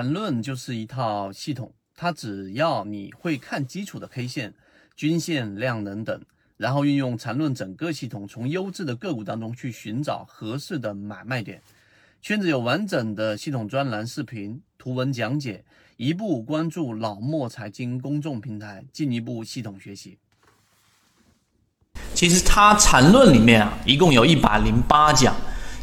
缠论就是一套系统，它只要你会看基础的 K 线、均线、量能等，然后运用缠论整个系统，从优质的个股当中去寻找合适的买卖点。圈子有完整的系统专栏、视频、图文讲解，一步关注老莫财经公众平台，进一步系统学习。 其实它缠论里面一共有108讲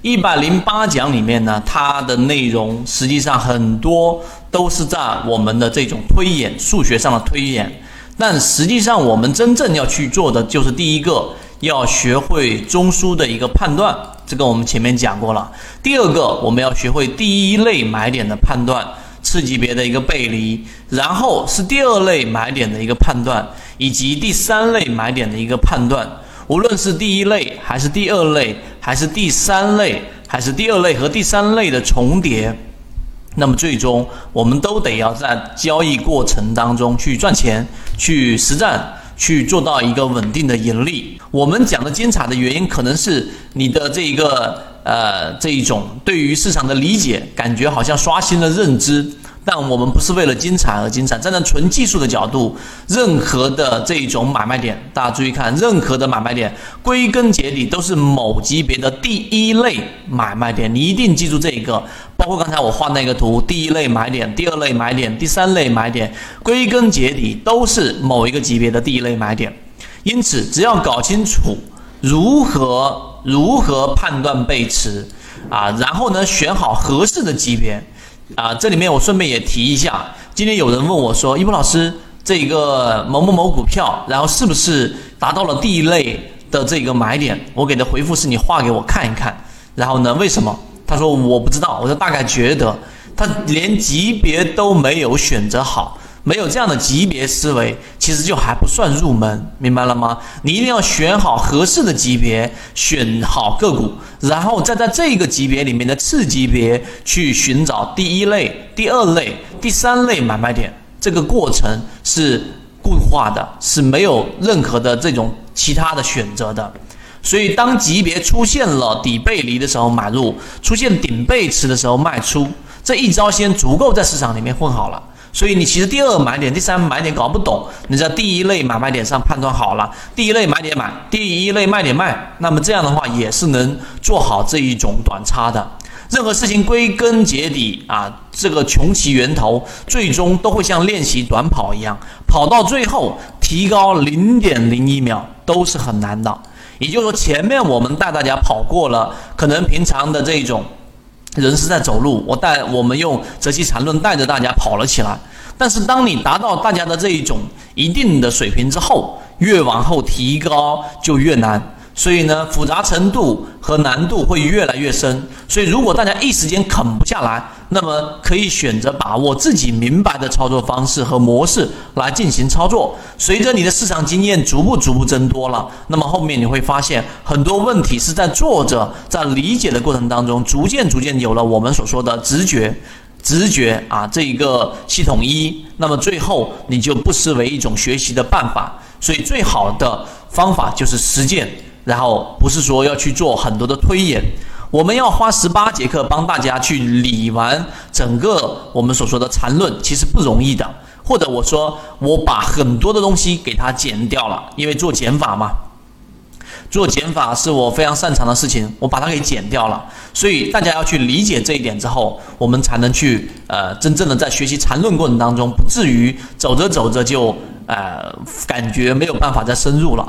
，108讲里面呢，它的内容实际上很多都是在我们的这种推演数学上的推演，但实际上我们真正要去做的就是第一个，要学会中枢的一个判断，这个我们前面讲过了。第二个，我们要学会第一类买点的判断，次级别的一个背离，然后是第二类买点的一个判断，以及第三类买点的一个判断。无论是第一类还是第二类还是第三类还是第二类和第三类的重叠，那么最终我们都得要在交易过程当中去赚钱，去实战，去做到一个稳定的盈利。我们讲的精彩的原因，可能是你的这一种对于市场的理解，感觉好像刷新了认知。但我们不是为了精彩而精彩，站在纯技术的角度，任何的这种买卖点，大家注意看，任何的买卖点归根结底都是某级别的第一类买卖点，你一定记住这一个。包括刚才我画那个图，第一类买点、第二类买点、第三类买点，归根结底都是某一个级别的第一类买点。因此，只要搞清楚如何判断背驰然后呢，选好合适的级别。这里面我顺便也提一下，今天有人问我说，一博老师，这个某某某股票，然后是不是达到了第一类的这个买点？我给的回复是你画给我看一看。然后呢，为什么？他说我不知道。我说大概觉得他连级别都没有选择好，没有这样的级别思维，其实就还不算入门，明白了吗？你一定要选好合适的级别，选好个股，然后再在这个级别里面的次级别去寻找第一类、第二类、第三类买卖点。这个过程是固化的，是没有任何的这种其他的选择的。所以当级别出现了底背离的时候买入，出现顶背驰的时候卖出，这一招先足够在市场里面混好了。所以你其实第二买点、第三买点搞不懂，你在第一类买卖点上判断好了，第一类买点买，第一类卖点卖，那么这样的话也是能做好这一种短差的。任何事情归根结底这个穷其源头，最终都会像练习短跑一样，跑到最后提高 0.01 秒都是很难的。也就是说，前面我们带大家跑过了，可能平常的这种人是在走路，我们用择期缠论带着大家跑了起来。但是当你达到大家的这一种一定的水平之后，越往后提高就越难。所以呢，复杂程度和难度会越来越深。所以如果大家一时间啃不下来，那么可以选择把握自己明白的操作方式和模式来进行操作。随着你的市场经验逐步增多了，那么后面你会发现很多问题是在做着，在理解的过程当中，逐渐有了我们所说的直觉这一个系统一，那么最后你就不失为一种学习的办法。所以最好的方法就是实践，然后不是说要去做很多的推演。我们要花18节课帮大家去理完整个我们所说的缠论，其实不容易的。或者我说我把很多的东西给它减掉了，因为做减法嘛，做减法是我非常擅长的事情，我把它给减掉了。所以大家要去理解这一点之后，我们才能去真正的在学习缠论过程当中，不至于走着就感觉没有办法再深入了。